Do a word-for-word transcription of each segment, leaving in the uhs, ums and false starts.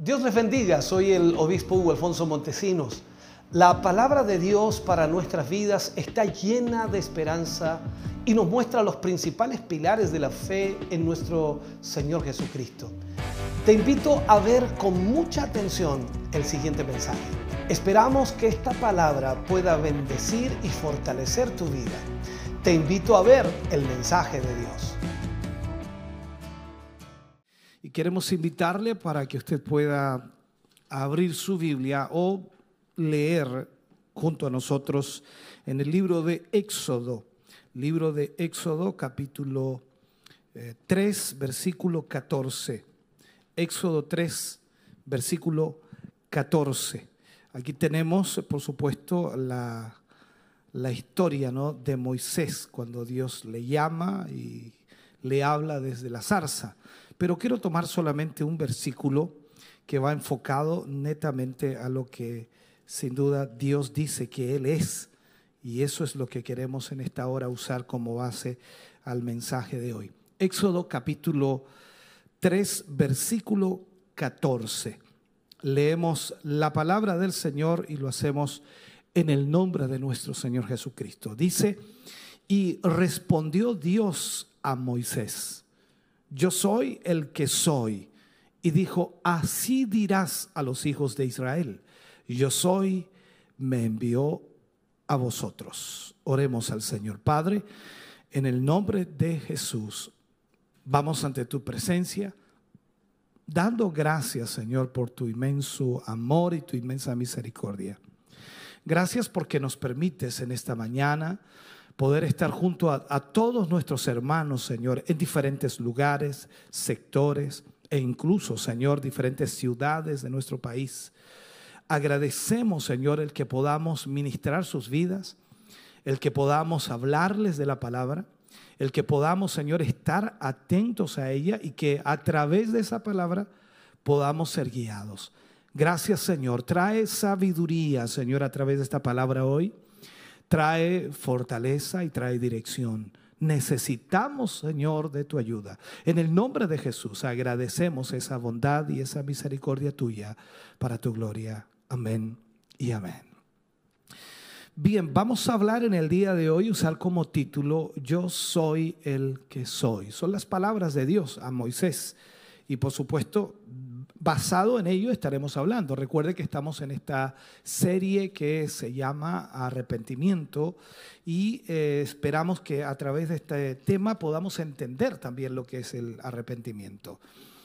Dios les bendiga, soy el obispo Hugo Alfonso Montesinos. La palabra de Dios para nuestras vidas está llena de esperanza y nos muestra los principales pilares de la fe en nuestro Señor Jesucristo. Te invito a ver con mucha atención el siguiente mensaje. Esperamos que esta palabra pueda bendecir y fortalecer tu vida. Te invito a ver el mensaje de Dios. Y queremos invitarle para que usted pueda abrir su Biblia o leer junto a nosotros en el libro de Éxodo. Libro de Éxodo, capítulo eh, tres, versículo catorce. Éxodo tres, versículo catorce. Aquí tenemos, por supuesto, la, la historia, ¿no?, de Moisés, cuando Dios le llama y le habla desde la zarza. Pero quiero tomar solamente un versículo que va enfocado netamente a lo que sin duda Dios dice que Él es. Y eso es lo que queremos en esta hora usar como base al mensaje de hoy. Éxodo capítulo tres, versículo catorce. Leemos la palabra del Señor y lo hacemos en el nombre de nuestro Señor Jesucristo. Dice: y respondió Dios a Moisés: yo soy el que soy. Y dijo: así dirás a los hijos de Israel: yo soy, me envió a vosotros. Oremos al Señor. Padre, en el nombre de Jesús, vamos ante tu presencia, dando gracias, Señor, por tu inmenso amor y tu inmensa misericordia. Gracias porque nos permites en esta mañana poder estar junto a, a todos nuestros hermanos, Señor, en diferentes lugares, sectores e incluso, Señor, diferentes ciudades de nuestro país. Agradecemos, Señor, el que podamos ministrar sus vidas, el que podamos hablarles de la palabra, el que podamos, Señor, estar atentos a ella y que a través de esa palabra podamos ser guiados. Gracias, Señor. Trae sabiduría, Señor, a través de esta palabra hoy. Trae fortaleza y trae dirección. Necesitamos, Señor, de tu ayuda. En el nombre de Jesús agradecemos esa bondad y esa misericordia tuya para tu gloria. Amén y amén. Bien, vamos a hablar en el día de hoy, usar como título: yo soy el que soy. Son las palabras de Dios a Moisés y, por supuesto, basado en ello estaremos hablando. Recuerde que estamos en esta serie que se llama Arrepentimiento y eh, esperamos que a través de este tema podamos entender también lo que es el arrepentimiento.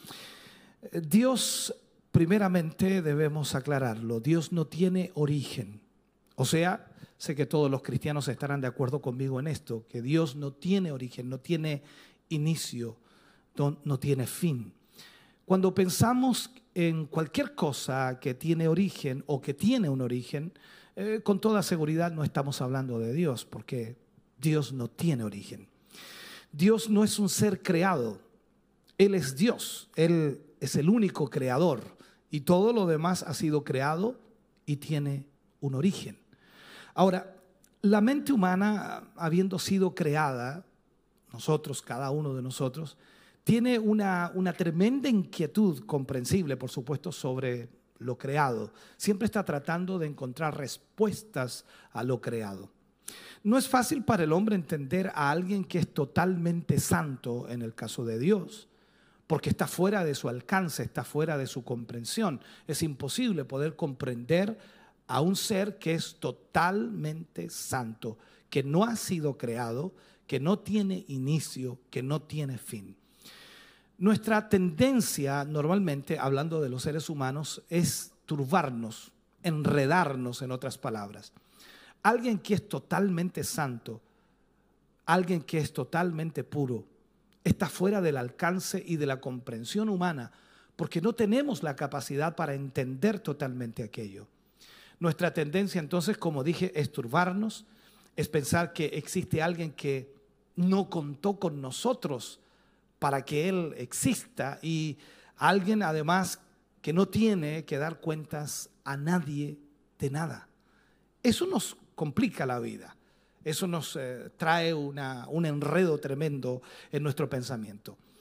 Dios, primeramente debemos aclararlo, Dios no tiene origen. O sea, sé que todos los cristianos estarán de acuerdo conmigo en esto, que Dios no tiene origen, no tiene inicio, no, no tiene fin. Cuando pensamos en cualquier cosa que tiene origen o que tiene un origen, eh, con toda seguridad no estamos hablando de Dios, porque Dios no tiene origen. Dios no es un ser creado, Él es Dios, Él es el único creador y todo lo demás ha sido creado y tiene un origen. Ahora, la mente humana, habiendo sido creada, nosotros, cada uno de nosotros, tiene una, una tremenda inquietud comprensible, por supuesto, sobre lo creado. Siempre está tratando de encontrar respuestas a lo creado. No es fácil para el hombre entender a alguien que es totalmente santo, en el caso de Dios, porque está fuera de su alcance, está fuera de su comprensión. Es imposible poder comprender a un ser que es totalmente santo, que no ha sido creado, que no tiene inicio, que no tiene fin. Nuestra tendencia normalmente, hablando de los seres humanos, es turbarnos, enredarnos, en otras palabras. Alguien que es totalmente santo, alguien que es totalmente puro, está fuera del alcance y de la comprensión humana, porque no tenemos la capacidad para entender totalmente aquello. Nuestra tendencia entonces, como dije, es turbarnos, es pensar que existe alguien que no contó con nosotros para que Él exista, y alguien además que no tiene que dar cuentas a nadie de nada. Eso nos complica la vida, eso nos eh, trae una, un enredo tremendo en nuestro pensamiento.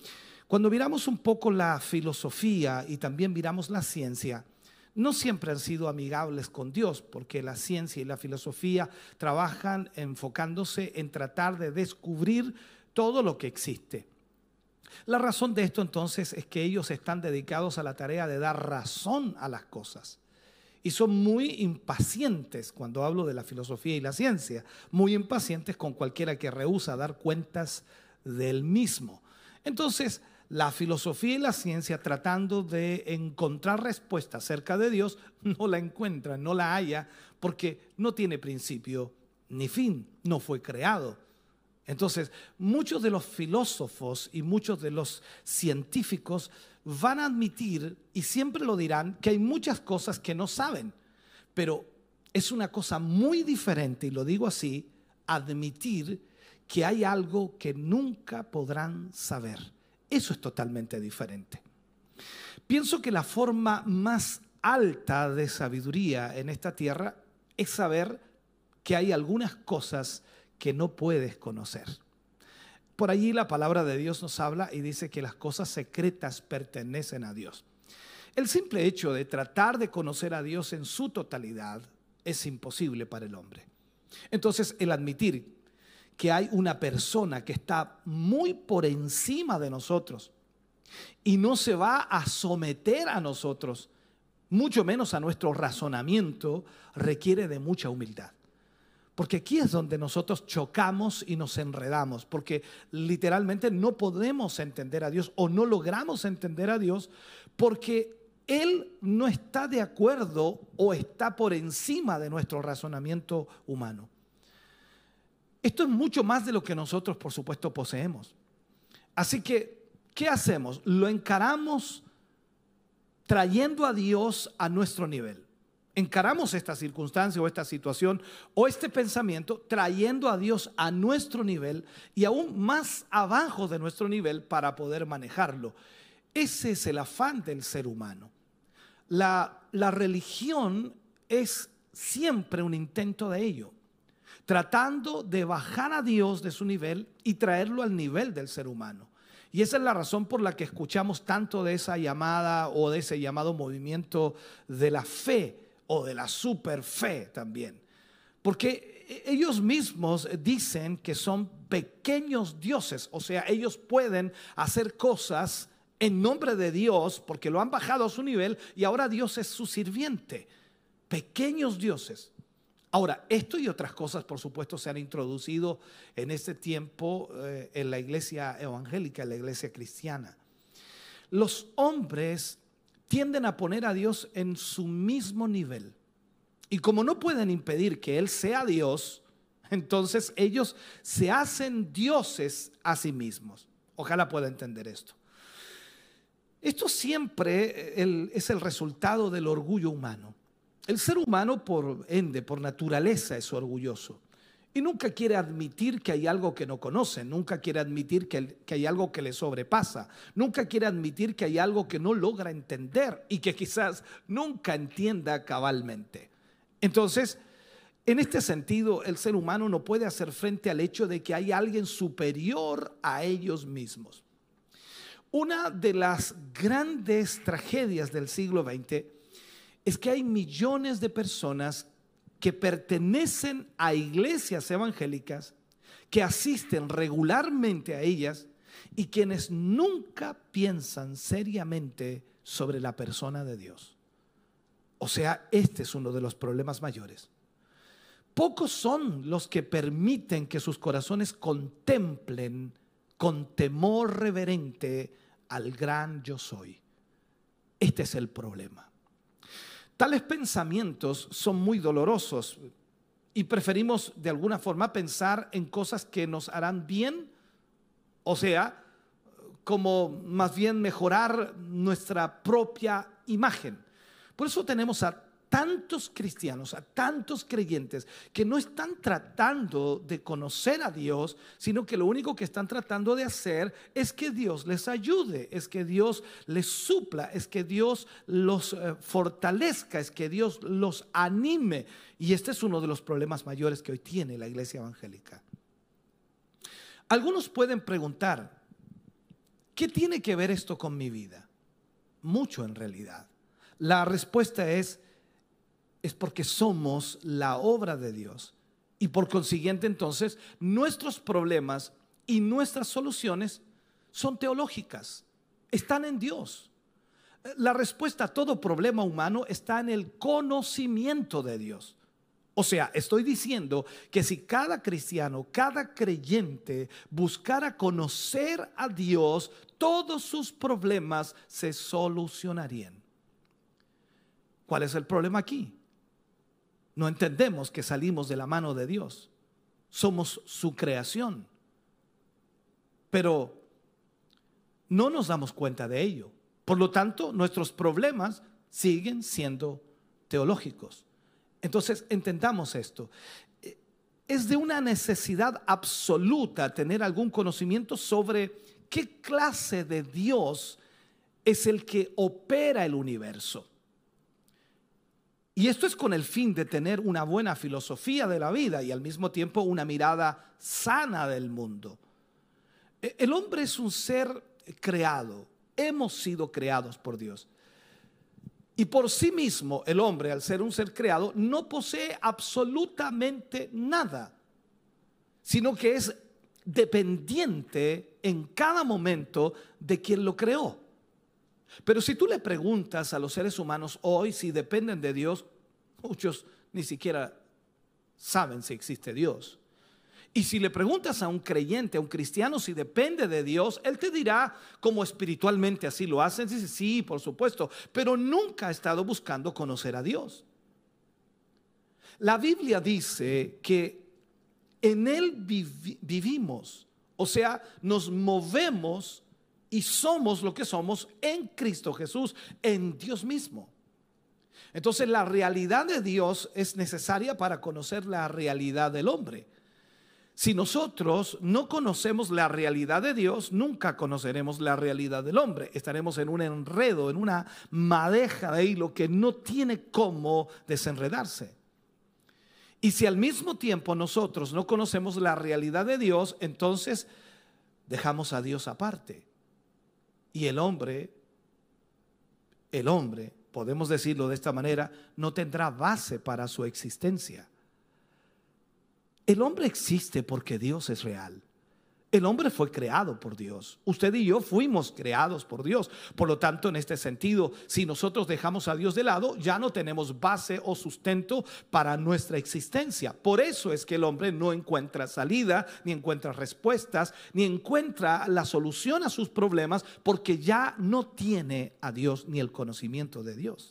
Cuando miramos un poco la filosofía y también miramos la ciencia, no siempre han sido amigables con Dios, porque la ciencia y la filosofía trabajan enfocándose en tratar de descubrir todo lo que existe. La razón de esto entonces es que ellos están dedicados a la tarea de dar razón a las cosas. Y son muy impacientes cuando hablo de la filosofía y la ciencia, muy impacientes con cualquiera que rehúsa dar cuentas del mismo. Entonces, la filosofía y la ciencia, tratando de encontrar respuesta acerca de Dios, no la encuentran, no la halla, porque no tiene principio ni fin, no fue creado. Entonces, muchos de los filósofos y muchos de los científicos van a admitir, y siempre lo dirán, que hay muchas cosas que no saben, pero es una cosa muy diferente, y lo digo así, admitir que hay algo que nunca podrán saber. Eso es totalmente diferente. Pienso que la forma más alta de sabiduría en esta tierra es saber que hay algunas cosas que no puedes conocer. Por allí la palabra de Dios nos habla y dice que las cosas secretas pertenecen a Dios. El simple hecho de tratar de conocer a Dios en su totalidad es imposible para el hombre. Entonces, el admitir que hay una persona que está muy por encima de nosotros y no se va a someter a nosotros, mucho menos a nuestro razonamiento, requiere de mucha humildad. Porque aquí es donde nosotros chocamos y nos enredamos, porque literalmente no podemos entender a Dios o no logramos entender a Dios porque Él no está de acuerdo o está por encima de nuestro razonamiento humano. Esto es mucho más de lo que nosotros, por supuesto, poseemos. Así que, ¿qué hacemos? Lo encaramos trayendo a Dios a nuestro nivel. Encaramos esta circunstancia o esta situación o este pensamiento trayendo a Dios a nuestro nivel y aún más abajo de nuestro nivel para poder manejarlo. Ese es el afán del ser humano. La, la religión es siempre un intento de ello, tratando de bajar a Dios de su nivel y traerlo al nivel del ser humano. Y esa es la razón por la que escuchamos tanto de esa llamada o de ese llamado movimiento de la fe o de la superfe también. Porque ellos mismos dicen que son pequeños dioses, o sea, ellos pueden hacer cosas en nombre de Dios porque lo han bajado a su nivel y ahora Dios es su sirviente. Pequeños dioses. Ahora, esto y otras cosas, por supuesto, se han introducido en este tiempo eh, en la iglesia evangélica, en la iglesia cristiana. Los hombres tienden a poner a Dios en su mismo nivel. Y como no pueden impedir que Él sea Dios, entonces ellos se hacen dioses a sí mismos. Ojalá pueda entender esto. Esto siempre el, es el resultado del orgullo humano. El ser humano, por ende, por naturaleza, es orgulloso. Y nunca quiere admitir que hay algo que no conoce, nunca quiere admitir que, que hay algo que le sobrepasa, nunca quiere admitir que hay algo que no logra entender y que quizás nunca entienda cabalmente. Entonces, en este sentido, el ser humano no puede hacer frente al hecho de que hay alguien superior a ellos mismos. Una de las grandes tragedias del siglo veinte es que hay millones de personas que pertenecen a iglesias evangélicas, que asisten regularmente a ellas y quienes nunca piensan seriamente sobre la persona de Dios. O sea, este es uno de los problemas mayores. Pocos son los que permiten que sus corazones contemplen con temor reverente al gran yo soy. Este es el problema. Tales pensamientos son muy dolorosos y preferimos de alguna forma pensar en cosas que nos harán bien, o sea, como más bien mejorar nuestra propia imagen. Por eso tenemos a tantos cristianos, a tantos creyentes que no están tratando de conocer a Dios, sino que lo único que están tratando de hacer es que Dios les ayude, es que Dios les supla, es que Dios los eh, fortalezca, es que Dios los anime. Y este es uno de los problemas mayores que hoy tiene la iglesia evangélica. Algunos pueden preguntar, ¿qué tiene que ver esto con mi vida? Mucho en realidad. La respuesta es, es porque somos la obra de Dios y por consiguiente entonces nuestros problemas y nuestras soluciones son teológicas, están en Dios. La respuesta a todo problema humano está en el conocimiento de Dios. O sea, estoy diciendo que si cada cristiano, cada creyente buscara conocer a Dios, todos sus problemas se solucionarían. ¿Cuál es el problema aquí? No entendemos que salimos de la mano de Dios. Somos su creación. Pero no nos damos cuenta de ello. Por lo tanto, nuestros problemas siguen siendo teológicos. Entonces, entendamos esto. Es de una necesidad absoluta tener algún conocimiento sobre qué clase de Dios es el que opera el universo. Y esto es con el fin de tener una buena filosofía de la vida y al mismo tiempo una mirada sana del mundo. El hombre es un ser creado, hemos sido creados por Dios. Y por sí mismo el hombre, al ser un ser creado, no posee absolutamente nada, sino que es dependiente en cada momento de quien lo creó. Pero si tú le preguntas a los seres humanos hoy si dependen de Dios, muchos ni siquiera saben si existe Dios. Y si le preguntas a un creyente, a un cristiano, si depende de Dios, él te dirá como espiritualmente así lo hacen. Dice, sí, por supuesto, pero nunca ha estado buscando conocer a Dios. La Biblia dice que en Él vivi- vivimos, o sea, nos movemos y somos lo que somos en Cristo Jesús, en Dios mismo. Entonces la realidad de Dios es necesaria para conocer la realidad del hombre. Si nosotros no conocemos la realidad de Dios, nunca conoceremos la realidad del hombre. Estaremos en un enredo, en una madeja de hilo que no tiene cómo desenredarse. Y si al mismo tiempo nosotros no conocemos la realidad de Dios, entonces dejamos a Dios aparte. Y el hombre, el hombre, podemos decirlo de esta manera, no tendrá base para su existencia. El hombre existe porque Dios es real. El hombre fue creado por Dios. Usted y yo fuimos creados por Dios. Por lo tanto, en este sentido, si nosotros dejamos a Dios de lado, ya no tenemos base o sustento para nuestra existencia. Por eso es que el hombre no encuentra salida, ni encuentra respuestas, ni encuentra la solución a sus problemas, porque ya no tiene a Dios ni el conocimiento de Dios.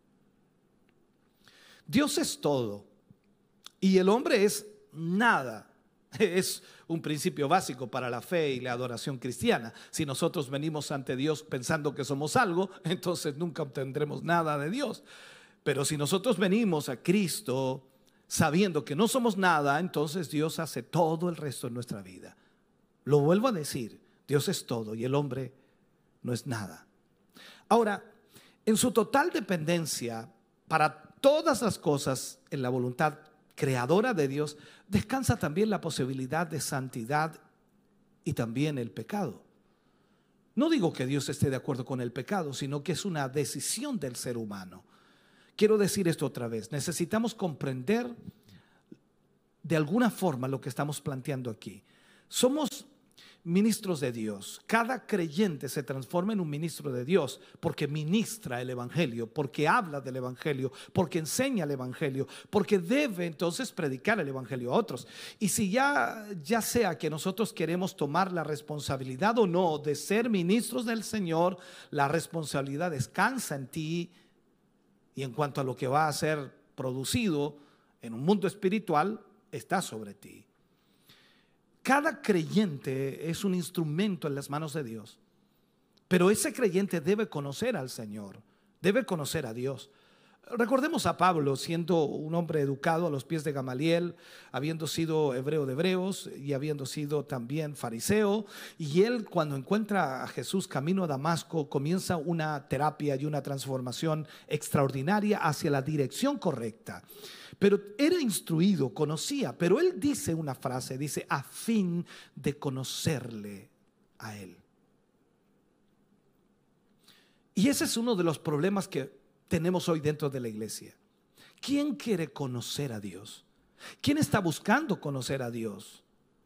Dios es todo y el hombre es nada. Es un principio básico para la fe y la adoración cristiana. Si nosotros venimos ante Dios pensando que somos algo, entonces nunca obtendremos nada de Dios. Pero si nosotros venimos a Cristo sabiendo que no somos nada, entonces Dios hace todo el resto de nuestra vida. Lo vuelvo a decir, Dios es todo y el hombre no es nada. Ahora, en su total dependencia para todas las cosas en la voluntad creadora de Dios, descansa también la posibilidad de santidad y también el pecado. No digo que Dios esté de acuerdo con el pecado, sino que es una decisión del ser humano. Quiero decir esto otra vez, necesitamos comprender de alguna forma lo que estamos planteando aquí. Somos ministros de Dios. Cada creyente se transforma en un ministro de Dios porque ministra el evangelio, porque habla del evangelio, porque enseña el evangelio, porque debe entonces predicar el evangelio a otros. Y si ya, ya sea que nosotros queremos tomar la responsabilidad o no de ser ministros del Señor, la responsabilidad descansa en ti y en cuanto a lo que va a ser producido en un mundo espiritual, está sobre ti. Cada creyente es un instrumento en las manos de Dios, pero ese creyente debe conocer al Señor, debe conocer a Dios. Recordemos a Pablo siendo un hombre educado a los pies de Gamaliel, habiendo sido hebreo de hebreos y habiendo sido también fariseo, y él cuando encuentra a Jesús camino a Damasco comienza una terapia y una transformación extraordinaria hacia la dirección correcta. Pero era instruido, conocía, pero él dice una frase, dice, a fin de conocerle a él. Y ese es uno de los problemas que tenemos hoy dentro de la iglesia. ¿Quién quiere conocer a Dios? ¿Quién está buscando conocer a Dios?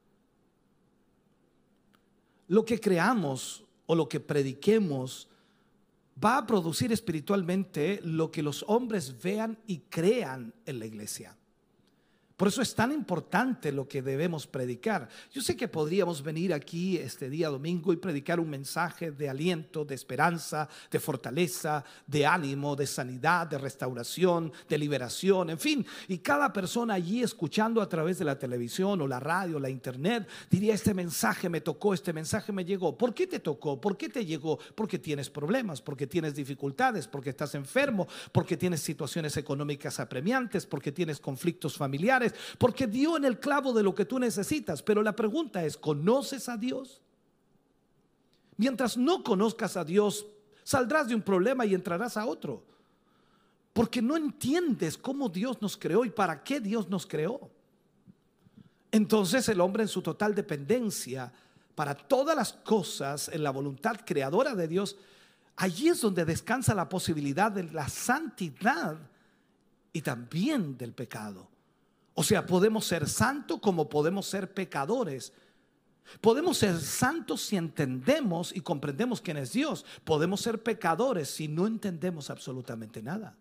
Lo que creamos o lo que prediquemos va a producir espiritualmente lo que los hombres vean y crean en la iglesia. Por eso es tan importante lo que debemos predicar. Yo sé que podríamos venir aquí este día domingo y predicar un mensaje de aliento, de esperanza, de fortaleza, de ánimo, de sanidad, de restauración, de liberación, en fin. Y cada persona allí escuchando a través de la televisión o la radio, la internet, diría: este mensaje me tocó, este mensaje me llegó. ¿Por qué te tocó? ¿Por qué te llegó? Porque tienes problemas, porque tienes dificultades, porque estás enfermo, porque tienes situaciones económicas apremiantes, porque tienes conflictos familiares, porque dio en el clavo de lo que tú necesitas. Pero la pregunta es: ¿conoces a Dios? Mientras no conozcas a Dios, saldrás de un problema y entrarás a otro, porque no entiendes cómo Dios nos creó y para qué Dios nos creó. Entonces el hombre, en su total dependencia para todas las cosas en la voluntad creadora de Dios, allí es donde descansa la posibilidad de la santidad y también del pecado. O sea, podemos ser santos como podemos ser pecadores. Podemos ser santos si entendemos y comprendemos quién es Dios. Podemos ser pecadores si no entendemos absolutamente nada.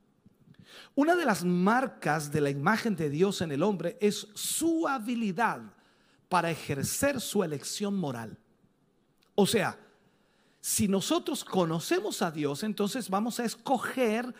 Una de las marcas de la imagen de Dios en el hombre es su habilidad para ejercer su elección moral. O sea, si nosotros conocemos a Dios, entonces vamos a escoger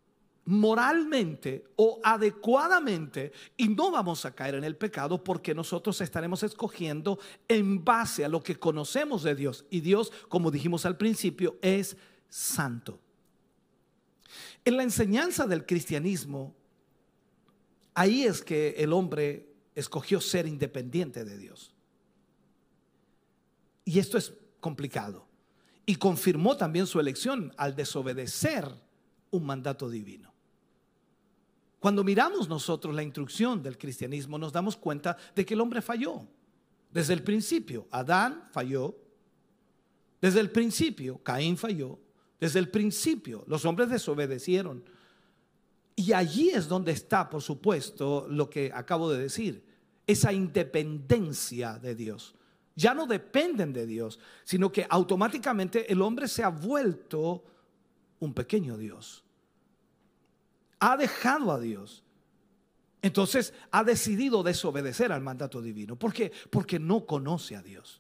moralmente o adecuadamente y no vamos a caer en el pecado, porque nosotros estaremos escogiendo en base a lo que conocemos de Dios. Y Dios, como dijimos al principio, es santo. En la enseñanza del cristianismo, ahí es que el hombre escogió ser independiente de Dios. Y esto es complicado. Y confirmó también su elección al desobedecer un mandato divino. Cuando miramos nosotros la instrucción del cristianismo, nos damos cuenta de que el hombre falló. Desde el principio, Adán falló. Desde el principio, Caín falló. Desde el principio, los hombres desobedecieron. Y allí es donde está, por supuesto, lo que acabo de decir, esa independencia de Dios. Ya no dependen de Dios, sino que automáticamente el hombre se ha vuelto un pequeño Dios. Ha dejado a Dios. Entonces ha decidido desobedecer al mandato divino. ¿Por qué? Porque no conoce a Dios.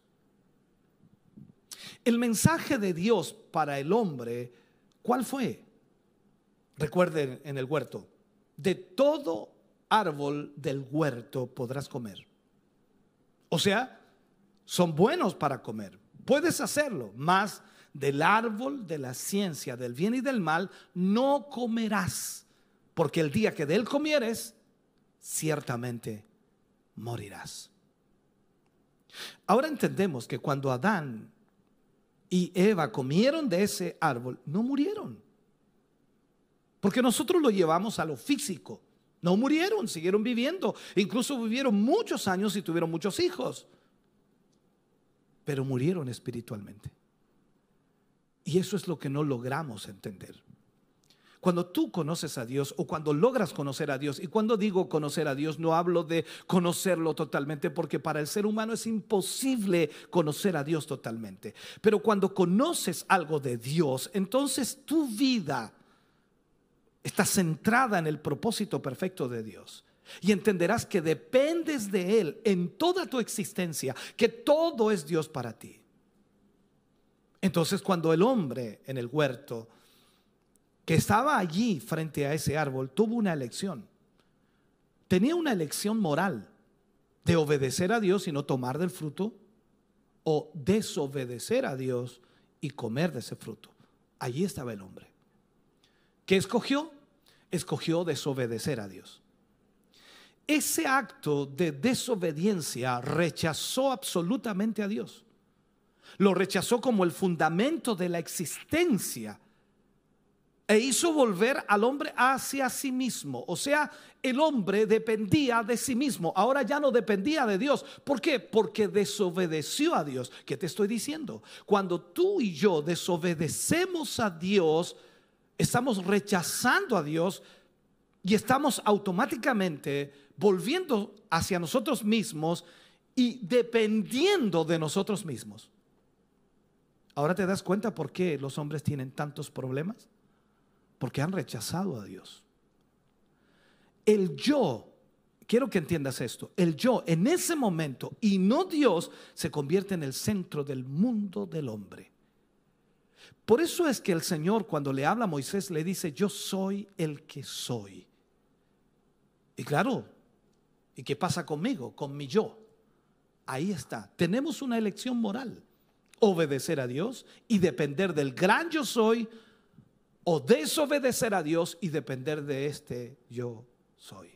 El mensaje de Dios para el hombre, ¿cuál fue? Recuerden, en el huerto: de todo árbol del huerto podrás comer. O sea, son buenos para comer, puedes hacerlo, mas del árbol de la ciencia del bien y del mal no comerás, porque el día que de él comieres, ciertamente morirás. Ahora entendemos que cuando Adán y Eva comieron de ese árbol, no murieron, porque nosotros lo llevamos a lo físico. No murieron, siguieron viviendo, incluso vivieron muchos años y tuvieron muchos hijos, pero murieron espiritualmente. Y eso es lo que no logramos entender. Cuando tú conoces a Dios, o cuando logras conocer a Dios, y cuando digo conocer a Dios, no hablo de conocerlo totalmente, porque para el ser humano es imposible conocer a Dios totalmente. Pero cuando conoces algo de Dios, entonces tu vida está centrada en el propósito perfecto de Dios. Y entenderás que dependes de Él en toda tu existencia, que todo es Dios para ti. Entonces, cuando el hombre en el huerto, que estaba allí frente a ese árbol, tuvo una elección. Tenía una elección moral de obedecer a Dios y no tomar del fruto, o desobedecer a Dios y comer de ese fruto. Allí estaba el hombre. ¿Qué escogió? Escogió desobedecer a Dios. Ese acto de desobediencia rechazó absolutamente a Dios. Lo rechazó como el fundamento de la existencia. e hizo volver al hombre hacia sí mismo. O sea, el hombre dependía de sí mismo. Ahora ya no dependía de Dios. ¿Por qué? Porque desobedeció a Dios. ¿Qué te estoy diciendo? Cuando tú y yo desobedecemos a Dios, estamos rechazando a Dios y estamos automáticamente volviendo hacia nosotros mismos y dependiendo de nosotros mismos. Ahora te das cuenta por qué los hombres tienen tantos problemas. Porque han rechazado a Dios. El yo, quiero que entiendas esto, el yo en ese momento y no Dios se convierte en el centro del mundo del hombre. Por eso es que el Señor, cuando le habla a Moisés, le dice: yo soy el que soy. Y claro, ¿y qué pasa conmigo? Con mi yo. Ahí está. Tenemos una elección moral: obedecer a Dios y depender del gran yo soy, o desobedecer a Dios y depender de este yo soy.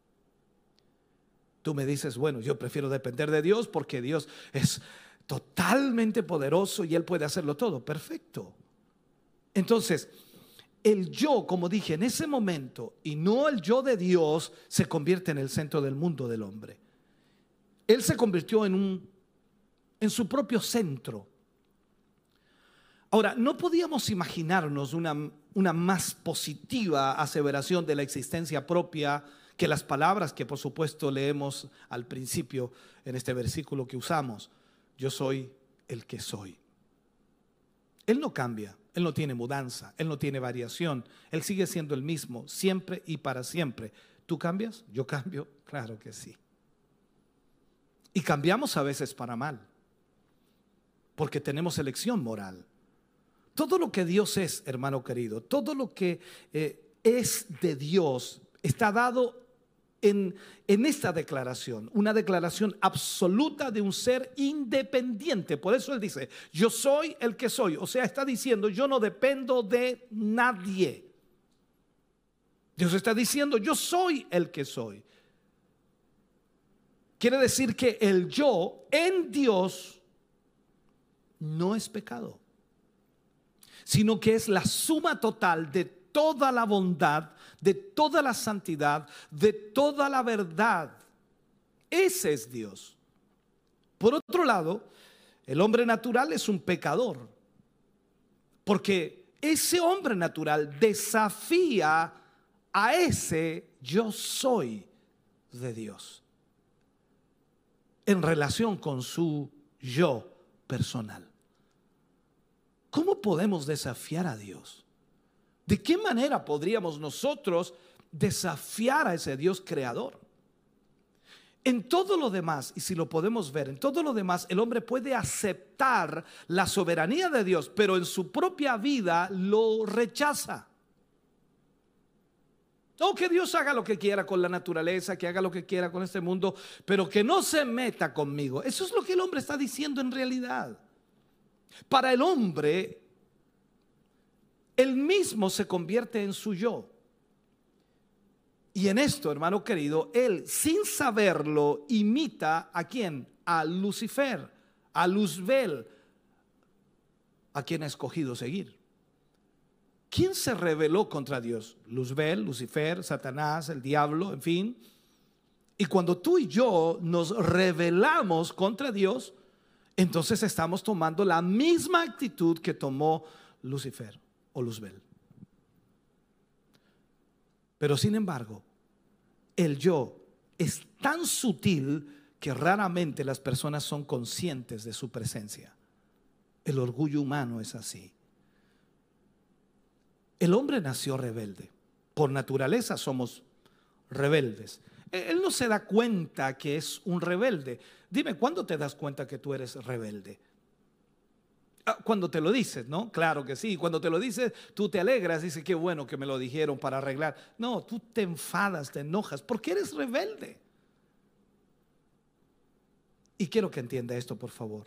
Tú me dices: bueno, yo prefiero depender de Dios porque Dios es totalmente poderoso y Él puede hacerlo todo. Perfecto. Entonces, el yo, como dije, en ese momento, y no el yo de Dios, se convierte en el centro del mundo del hombre. Él se convirtió en un, en su propio centro. Ahora, no podíamos imaginarnos una, una más positiva aseveración de la existencia propia que las palabras que por supuesto leemos al principio en este versículo que usamos: yo soy el que soy. Él no cambia, Él no tiene mudanza, Él no tiene variación, Él sigue siendo el mismo siempre y para siempre. ¿Tú cambias? ¿Yo cambio? Claro que sí. Y cambiamos a veces para mal, porque tenemos elección moral. Todo lo que Dios es, hermano querido, todo lo que eh, es de Dios está dado en, en esta declaración, una declaración absoluta de un ser independiente. Por eso Él dice: yo soy el que soy. O sea, está diciendo: yo no dependo de nadie. Dios está diciendo: yo soy el que soy. Quiere decir que el yo en Dios no es pecado, sino que es la suma total de toda la bondad, de toda la santidad, de toda la verdad. Ese es Dios. Por otro lado, el hombre natural es un pecador, porque ese hombre natural desafía a ese yo soy de Dios en relación con su yo personal. ¿Cómo podemos desafiar a Dios? ¿De qué manera podríamos nosotros desafiar a ese Dios creador? En todo lo demás, y si lo podemos ver, en todo lo demás el hombre puede aceptar la soberanía de Dios, pero en su propia vida lo rechaza. O que Dios haga lo que quiera con la naturaleza, que haga lo que quiera con este mundo, pero que no se meta conmigo. Eso es lo que el hombre está diciendo en realidad. Para el hombre, él mismo se convierte en su yo. Y en esto, hermano querido, él sin saberlo imita ¿a quién? A Lucifer, a Luzbel, a quien ha escogido seguir. ¿Quién se rebeló contra Dios? Luzbel, Lucifer, Satanás, el diablo, en fin. Y cuando tú y yo nos rebelamos contra Dios, entonces estamos tomando la misma actitud que tomó Lucifer o Luzbel. Pero sin embargo, el yo es tan sutil que raramente las personas son conscientes de su presencia. El orgullo humano es así. El hombre nació rebelde. Por naturaleza somos rebeldes. Él no se da cuenta que es un rebelde. Dime, ¿cuándo te das cuenta que tú eres rebelde? Cuando te lo dices, ¿no? Claro que sí. Cuando te lo dices, tú te alegras, dices: qué bueno que me lo dijeron para arreglar. No, tú te enfadas, te enojas, porque eres rebelde. Y quiero que entienda esto, por favor.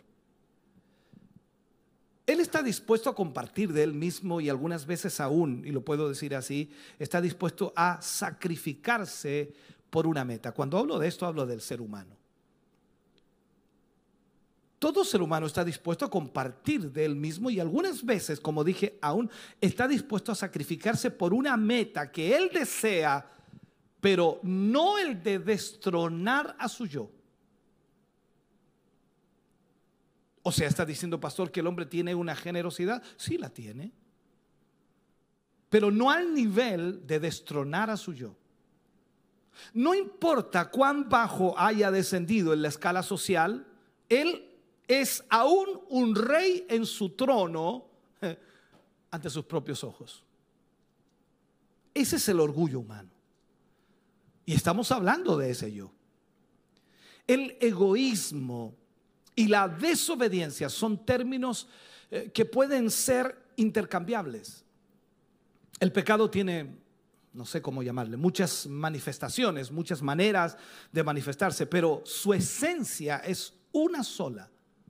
Él está dispuesto a compartir de él mismo y algunas veces aún, y lo puedo decir así, está dispuesto a sacrificarse por una meta. Cuando hablo de esto, hablo del ser humano. todo ser humano está dispuesto a compartir de él mismo y algunas veces, como dije, aún está dispuesto a sacrificarse por una meta que él desea, pero no el de destronar a su yo. O sea, está diciendo, pastor, que el hombre tiene una generosidad. Sí la tiene, pero no al nivel de destronar a su yo. No importa cuán bajo haya descendido en la escala social, él es aún un rey en su trono eh, ante sus propios ojos. Ese es el orgullo humano. Y estamos hablando de ese yo. El egoísmo y la desobediencia son términos eh, que pueden ser intercambiables. El pecado tiene, no sé cómo llamarle, muchas manifestaciones, muchas maneras de manifestarse, pero su esencia es una sola.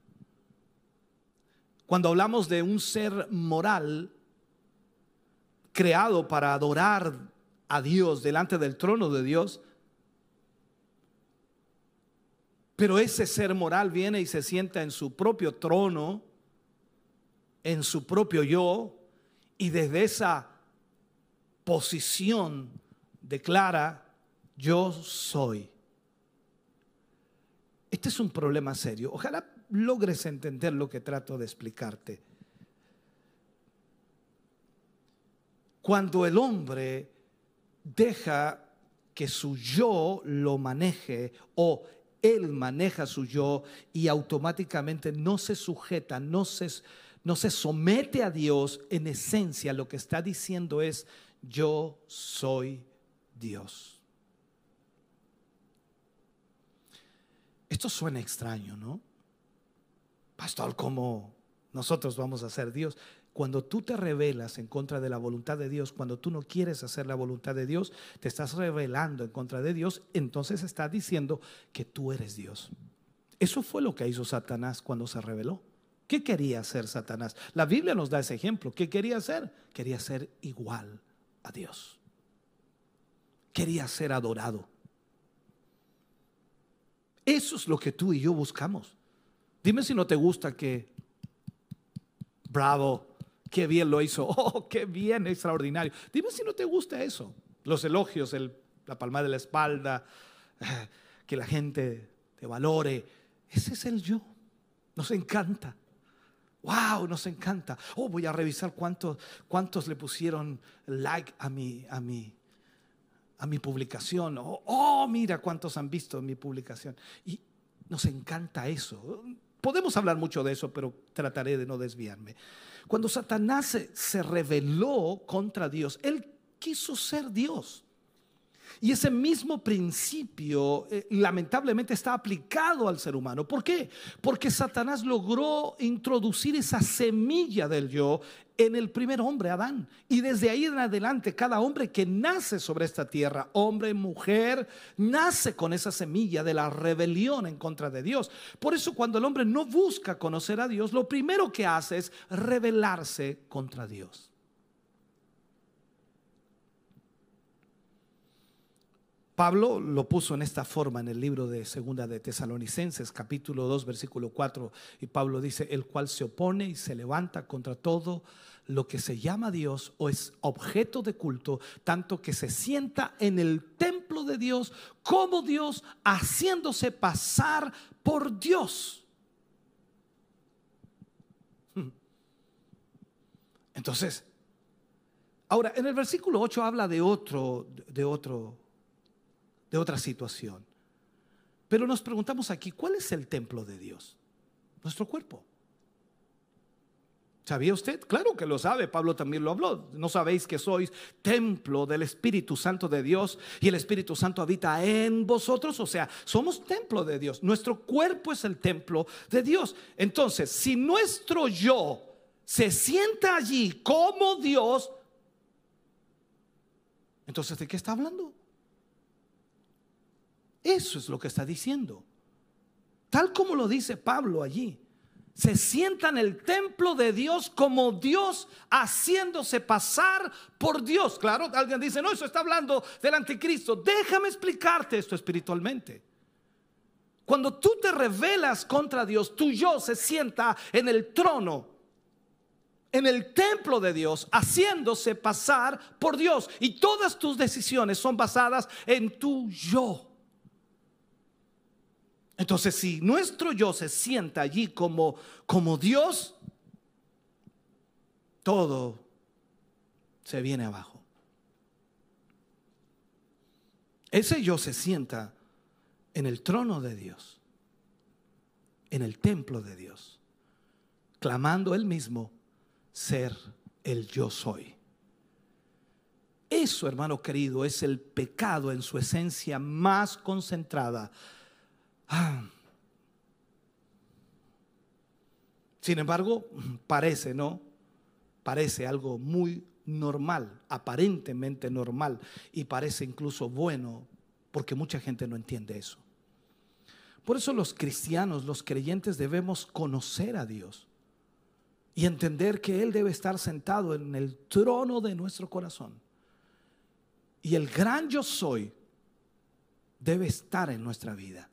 Cuando hablamos de un ser moral creado para adorar a Dios delante del trono de Dios, pero ese ser moral viene y se sienta en su propio trono, en su propio yo, y desde esa posición declara: yo soy. Este es un problema serio. Ojalá logres entender lo que trato de explicarte. Cuando el hombre deja que su yo lo maneje, o él maneja su yo y automáticamente no se sujeta, no se, no se somete a Dios, en esencia lo que está diciendo es: yo soy Dios. Esto suena extraño, ¿no? Pastor, ¿cómo nosotros vamos a ser Dios? Cuando tú te rebelas en contra de la voluntad de Dios, cuando tú no quieres hacer la voluntad de Dios, te estás rebelando en contra de Dios, entonces está diciendo que tú eres Dios. Eso fue lo que hizo Satanás cuando se rebeló. ¿Qué quería hacer Satanás? La Biblia nos da ese ejemplo. ¿Qué quería hacer? Quería ser igual a Dios. Quería ser adorado. Eso es lo que tú y yo buscamos. Dime si no te gusta que, bravo, qué bien lo hizo, oh, qué bien, extraordinario. Dime si no te gusta eso. Los elogios, el, la palma de la espalda, que la gente te valore. Ese es el yo. Nos encanta. Wow, nos encanta. Oh, voy a revisar cuántos, cuántos le pusieron like a mi, a mi, a mi publicación. Oh, oh, mira cuántos han visto mi publicación. Y nos encanta eso. Podemos hablar mucho de eso, pero trataré de no desviarme. Cuando Satanás se, se rebeló contra Dios, él quiso ser Dios. Y ese mismo principio eh, lamentablemente está aplicado al ser humano. ¿Por qué? Porque Satanás logró introducir esa semilla del yo en el primer hombre, Adán. Y desde ahí en adelante, cada hombre que nace sobre esta tierra, hombre, mujer, nace con esa semilla de la rebelión en contra de Dios. Por eso cuando el hombre no busca conocer a Dios, lo primero que hace es rebelarse contra Dios. Pablo lo puso en esta forma en el libro de Segunda de Tesalonicenses, capítulo dos, versículo cuatro. Y Pablo dice: el cual se opone y se levanta contra todo lo que se llama Dios o es objeto de culto, tanto que se sienta en el templo de Dios como Dios, haciéndose pasar por Dios. Entonces, ahora en el versículo ocho habla de otro, de otro de otra situación. Pero nos preguntamos aquí, ¿cuál es el templo de Dios? Nuestro cuerpo. ¿Sabía usted? Claro que lo sabe, Pablo también lo habló. ¿No sabéis que sois templo del Espíritu Santo de Dios y el Espíritu Santo habita en vosotros? O sea, somos templo de Dios. Nuestro cuerpo es el templo de Dios. Entonces, si nuestro yo se sienta allí como Dios, entonces, ¿de qué está hablando? Eso es lo que está diciendo. Tal como lo dice Pablo allí. Se sienta en el templo de Dios como Dios, haciéndose pasar por Dios. Claro, alguien dice: no, eso está hablando del anticristo. Déjame explicarte esto espiritualmente. Cuando tú te rebelas contra Dios, tu yo se sienta en el trono, en el templo de Dios, haciéndose pasar por Dios. Y todas tus decisiones son basadas en tu yo. Entonces, si nuestro yo se sienta allí como, como Dios, todo se viene abajo. Ese yo se sienta en el trono de Dios, en el templo de Dios, clamando él mismo ser el yo soy. Eso, hermano querido, es el pecado en su esencia más concentrada. Ah. Sin embargo, parece, ¿no? Parece algo muy normal, aparentemente normal, y parece incluso bueno, porque mucha gente no entiende eso. Por eso los cristianos, los creyentes, debemos conocer a Dios y entender que Él debe estar sentado en el trono de nuestro corazón. Y el gran yo soy debe estar en nuestra vida.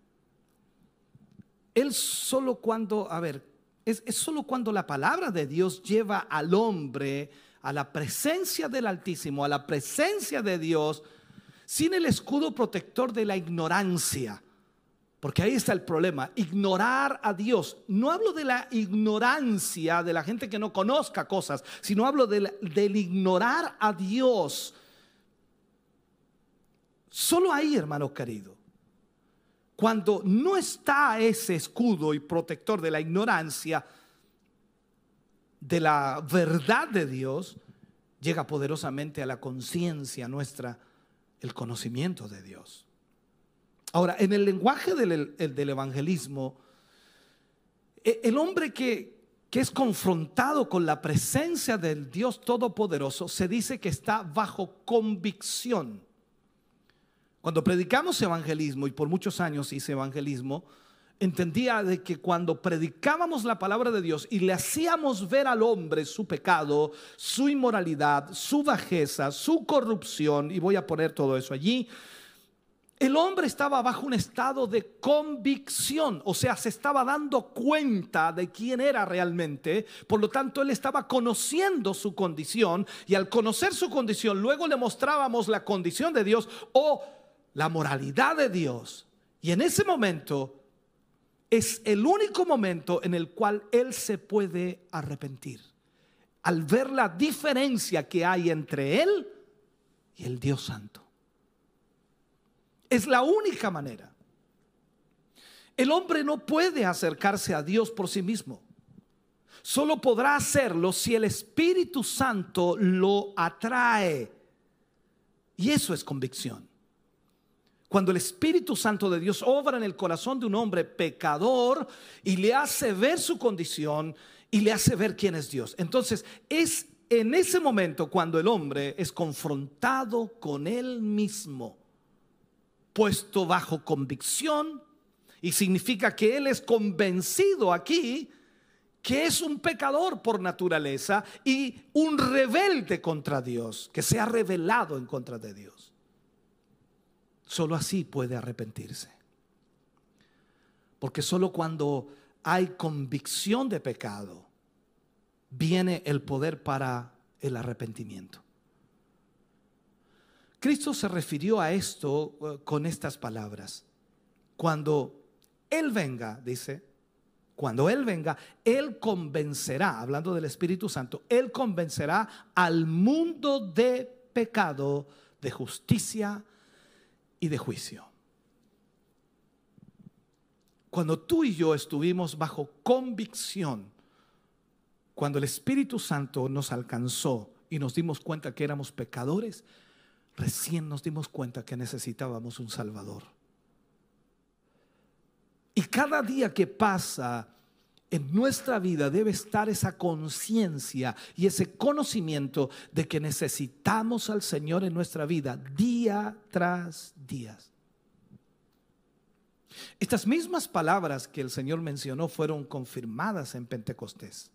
Él solo cuando, a ver, es, es solo cuando la palabra de Dios lleva al hombre a la presencia del Altísimo, a la presencia de Dios, sin el escudo protector de la ignorancia. Porque ahí está el problema, ignorar a Dios. No hablo de la ignorancia de la gente que no conozca cosas, sino hablo del, del ignorar a Dios. Solo ahí, hermano querido, cuando no está ese escudo y protector de la ignorancia, de la verdad de Dios, llega poderosamente a la conciencia nuestra el conocimiento de Dios. Ahora, en el lenguaje del, del evangelismo, el hombre que, que es confrontado con la presencia del Dios Todopoderoso se dice que está bajo convicción. Cuando predicamos evangelismo, y por muchos años hice evangelismo, entendía de que cuando predicábamos la palabra de Dios y le hacíamos ver al hombre su pecado, su inmoralidad, su bajeza, su corrupción, y voy a poner todo eso allí, el hombre estaba bajo un estado de convicción, o sea, se estaba dando cuenta de quién era realmente. Por lo tanto, él estaba conociendo su condición, y al conocer su condición, luego le mostrábamos la condición de Dios o la moralidad de Dios. Y en ese momento es el único momento en el cual él se puede arrepentir, al ver la diferencia que hay entre él y el Dios Santo. Es la única manera. El hombre no puede acercarse a Dios por sí mismo. Solo podrá hacerlo si el Espíritu Santo lo atrae. Y eso es convicción. Cuando el Espíritu Santo de Dios obra en el corazón de un hombre pecador y le hace ver su condición y le hace ver quién es Dios. Entonces es en ese momento cuando el hombre es confrontado con él mismo, puesto bajo convicción, y significa que él es convencido aquí que es un pecador por naturaleza y un rebelde contra Dios, que se ha rebelado en contra de Dios. Solo así puede arrepentirse, porque solo cuando hay convicción de pecado viene el poder para el arrepentimiento. Cristo se refirió a esto uh, con estas palabras: cuando Él venga, dice, cuando Él venga, Él convencerá, hablando del Espíritu Santo, Él convencerá al mundo de pecado, de justicia y de juicio. Cuando tú y yo estuvimos bajo convicción, cuando el Espíritu Santo nos alcanzó y nos dimos cuenta que éramos pecadores, recién nos dimos cuenta que necesitábamos un Salvador. Y cada día que pasa en nuestra vida debe estar esa conciencia y ese conocimiento de que necesitamos al Señor en nuestra vida día tras día. Estas mismas palabras que el Señor mencionó fueron confirmadas en Pentecostés.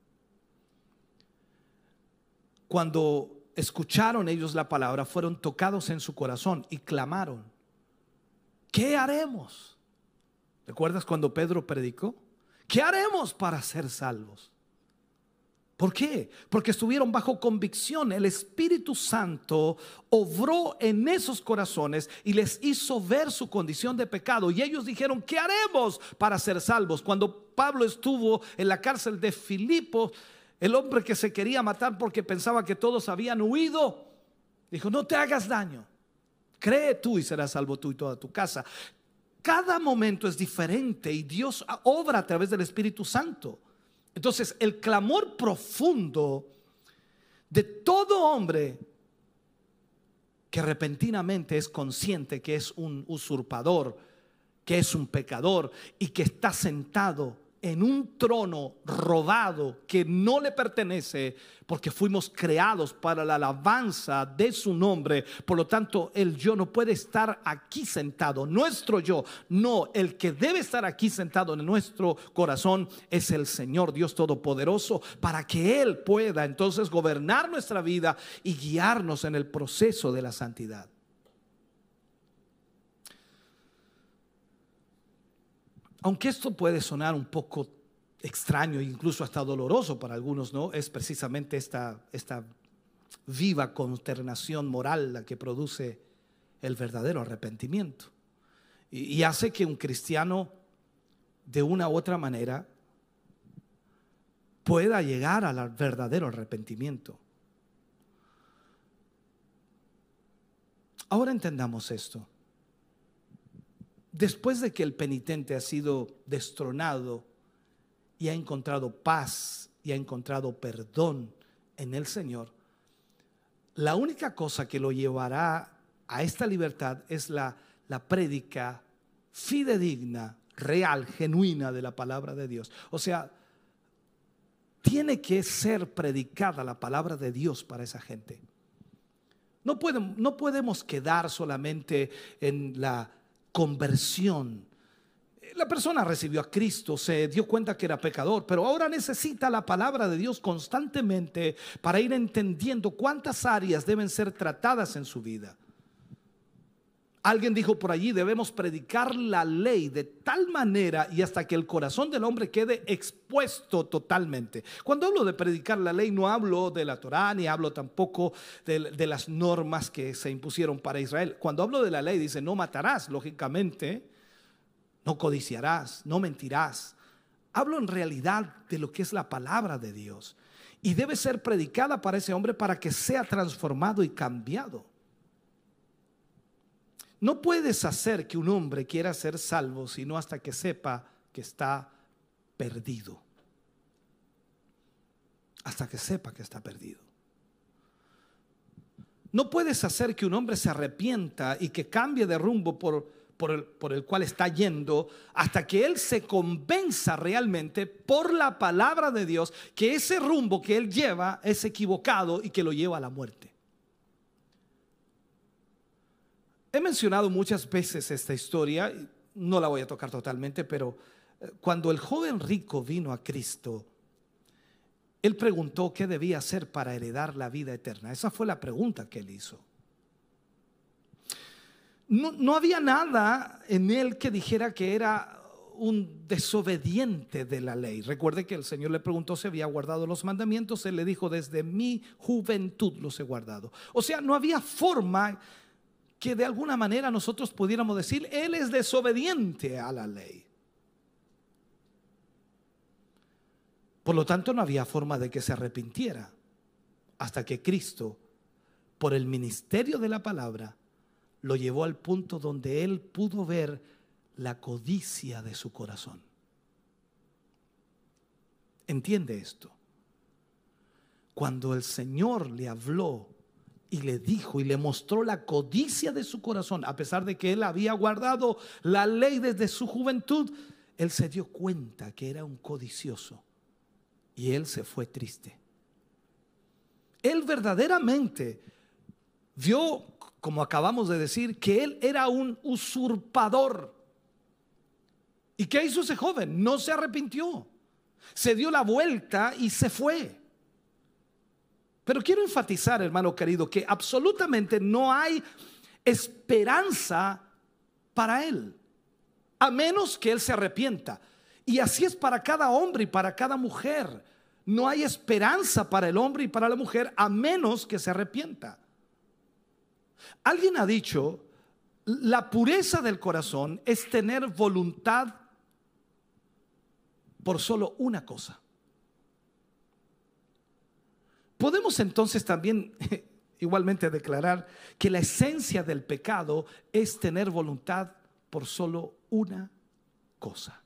Cuando escucharon ellos la palabra, fueron tocados en su corazón y clamaron: ¿qué haremos? ¿Recuerdas cuando Pedro predicó? ¿Qué haremos para ser salvos? ¿Por qué? Porque estuvieron bajo convicción. El Espíritu Santo obró en esos corazones y les hizo ver su condición de pecado. Y ellos dijeron, ¿qué haremos para ser salvos? Cuando Pablo estuvo en la cárcel de Filipo, el hombre que se quería matar porque pensaba que todos habían huido, dijo, no te hagas daño. Cree tú y serás salvo tú y toda tu casa. Cada momento es diferente y Dios obra a través del Espíritu Santo. Entonces, el clamor profundo de todo hombre que repentinamente es consciente que es un usurpador, que es un pecador y que está sentado en un trono robado que no le pertenece, porque fuimos creados para la alabanza de su nombre. Por lo tanto, el yo no puede estar aquí sentado, nuestro yo, no, el que debe estar aquí sentado en nuestro corazón es el Señor Dios Todopoderoso, para que Él pueda entonces gobernar nuestra vida y guiarnos en el proceso de la santidad. Aunque esto puede sonar un poco extraño e incluso hasta doloroso para algunos, ¿no? Es precisamente esta, esta viva consternación moral la que produce el verdadero arrepentimiento. Y, y hace que un cristiano de una u otra manera pueda llegar al verdadero arrepentimiento. Ahora entendamos esto. Después de que el penitente ha sido destronado y ha encontrado paz y ha encontrado perdón en el Señor, la única cosa que lo llevará a esta libertad es la, la prédica fidedigna, real, genuina de la palabra de Dios. O sea, tiene que ser predicada la palabra de Dios para esa gente. No podemos, no podemos quedar solamente en la conversión. La persona recibió a Cristo, se dio cuenta que era pecador, pero ahora necesita la palabra de Dios constantemente para ir entendiendo cuántas áreas deben ser tratadas en su vida. Alguien dijo por allí, debemos predicar la ley de tal manera y hasta que el corazón del hombre quede expuesto totalmente. Cuando hablo de predicar la ley, no hablo de la Torá, ni hablo tampoco de, de las normas que se impusieron para Israel. Cuando hablo de la ley, dice, no matarás, lógicamente, no codiciarás, no mentirás. Hablo en realidad de lo que es la palabra de Dios. Y debe ser predicada para ese hombre para que sea transformado y cambiado. No puedes hacer que un hombre quiera ser salvo sino hasta que sepa que está perdido. Hasta que sepa que está perdido. No puedes hacer que un hombre se arrepienta y que cambie de rumbo por, por, el, por el cual está yendo hasta que él se convenza realmente por la palabra de Dios que ese rumbo que él lleva es equivocado y que lo lleva a la muerte. He mencionado muchas veces esta historia, no la voy a tocar totalmente, pero cuando el joven rico vino a Cristo, él preguntó qué debía hacer para heredar la vida eterna. Esa fue la pregunta que él hizo. No, no había nada en él que dijera que era un desobediente de la ley. Recuerde que el Señor le preguntó si había guardado los mandamientos. Él le dijo, desde mi juventud los he guardado. O sea, no había forma que de alguna manera nosotros pudiéramos decir, él es desobediente a la ley. Por lo tanto, no había forma de que se arrepintiera hasta que Cristo, por el ministerio de la palabra, lo llevó al punto donde él pudo ver la codicia de su corazón. ¿Entiende esto? Cuando el Señor le habló y le dijo y le mostró la codicia de su corazón, a pesar de que él había guardado la ley desde su juventud, él se dio cuenta que era un codicioso y él se fue triste. Él verdaderamente vio, como acabamos de decir, que él era un usurpador. ¿Y qué hizo ese joven? No se arrepintió, se dio la vuelta y se fue. Pero quiero enfatizar, hermano querido, que absolutamente no hay esperanza para él. a menos que él se arrepienta. Y así es para cada hombre y para cada mujer. No hay esperanza para el hombre y para la mujer a menos que se arrepienta. Alguien ha dicho, la pureza del corazón es tener voluntad por solo una cosa. Podemos entonces también igualmente declarar que la esencia del pecado es tener voluntad por solo una cosa.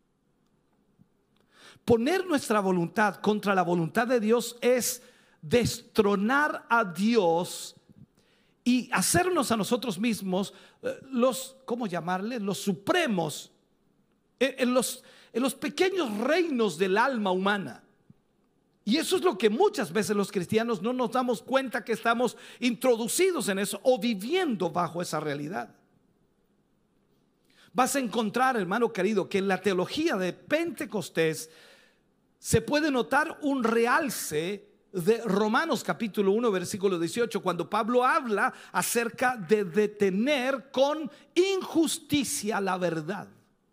Poner nuestra voluntad contra la voluntad de Dios es destronar a Dios y hacernos a nosotros mismos los, ¿cómo llamarle? Los supremos en los, en los pequeños reinos del alma humana. Y eso es lo que muchas veces los cristianos no nos damos cuenta, que estamos introducidos en eso o viviendo bajo esa realidad. Vas a encontrar, hermano querido, que en la teología de Pentecostés se puede notar un realce de Romanos capítulo uno versículo dieciocho, cuando Pablo habla acerca de detener con injusticia la verdad.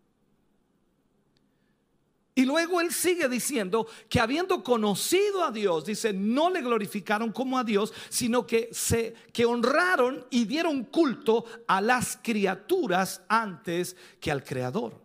Y luego él sigue diciendo que habiendo conocido a Dios, dice, no le glorificaron como a Dios, sino que se que honraron y dieron culto a las criaturas antes que al Creador.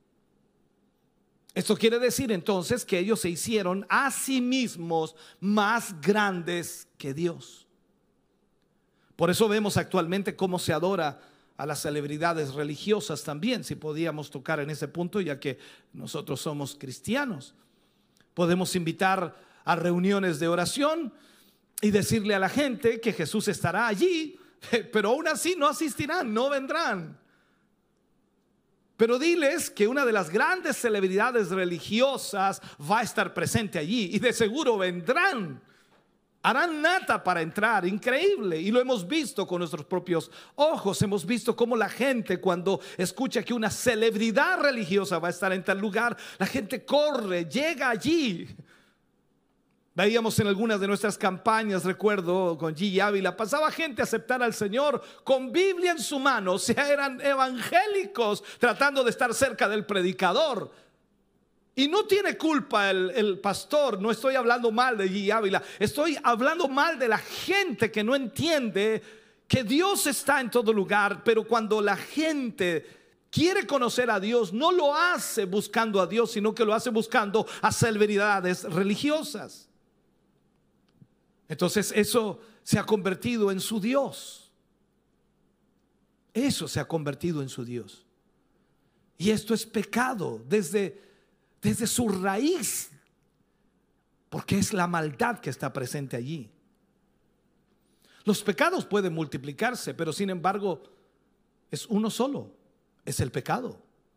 Esto quiere decir entonces que ellos se hicieron a sí mismos más grandes que Dios. Por eso vemos actualmente cómo se adora a las celebridades religiosas también, si podíamos tocar en ese punto, ya que nosotros somos cristianos. Podemos invitar a reuniones de oración y decirle a la gente que Jesús estará allí, pero aún así no asistirán, no vendrán. Pero diles que una de las grandes celebridades religiosas va a estar presente allí y de seguro vendrán. Harán nata para entrar, increíble. Y lo hemos visto con nuestros propios ojos. Hemos visto cómo la gente, cuando escucha que una celebridad religiosa va a estar en tal lugar, la gente corre, llega allí. Veíamos en algunas de nuestras campañas, recuerdo con Gigi Ávila, pasaba gente a aceptar al Señor con Biblia en su mano. O sea, eran evangélicos tratando de estar cerca del predicador. Y no tiene culpa el, el pastor. No estoy hablando mal de Gigi Ávila, estoy hablando mal de la gente que no entiende que Dios está en todo lugar. Pero cuando la gente quiere conocer a Dios, no lo hace buscando a Dios, sino que lo hace buscando a celebridades religiosas. Entonces eso se ha convertido en su Dios. Eso se ha convertido en su Dios. Y esto es pecado desde Desde su raíz, porque es la maldad que está presente allí. Los pecados pueden multiplicarse, pero sin embargo es uno solo, es el pecado.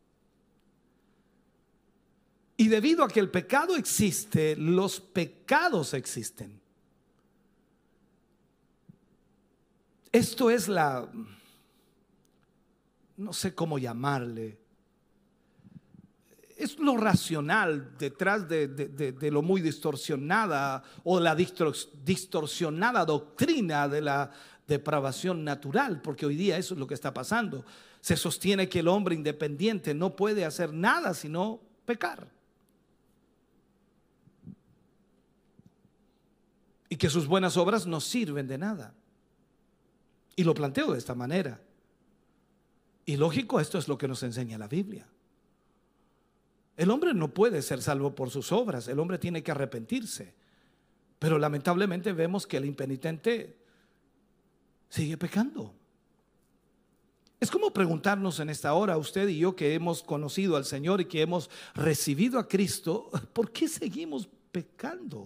Y debido a que el pecado existe, los pecados existen. Esto es la, no sé cómo llamarle, es lo racional detrás de, de, de, de lo muy distorsionada o la distorsionada doctrina de la depravación natural, porque hoy día eso es lo que está pasando. Se sostiene que el hombre independiente no puede hacer nada sino pecar, y que sus buenas obras no sirven de nada. Y lo planteo de esta manera. Y lógico, esto es lo que nos enseña la Biblia. El hombre no puede ser salvo por sus obras, el hombre tiene que arrepentirse. Pero lamentablemente vemos que el impenitente sigue pecando. Es como preguntarnos en esta hora, usted y yo que hemos conocido al Señor y que hemos recibido a Cristo, ¿por qué seguimos pecando?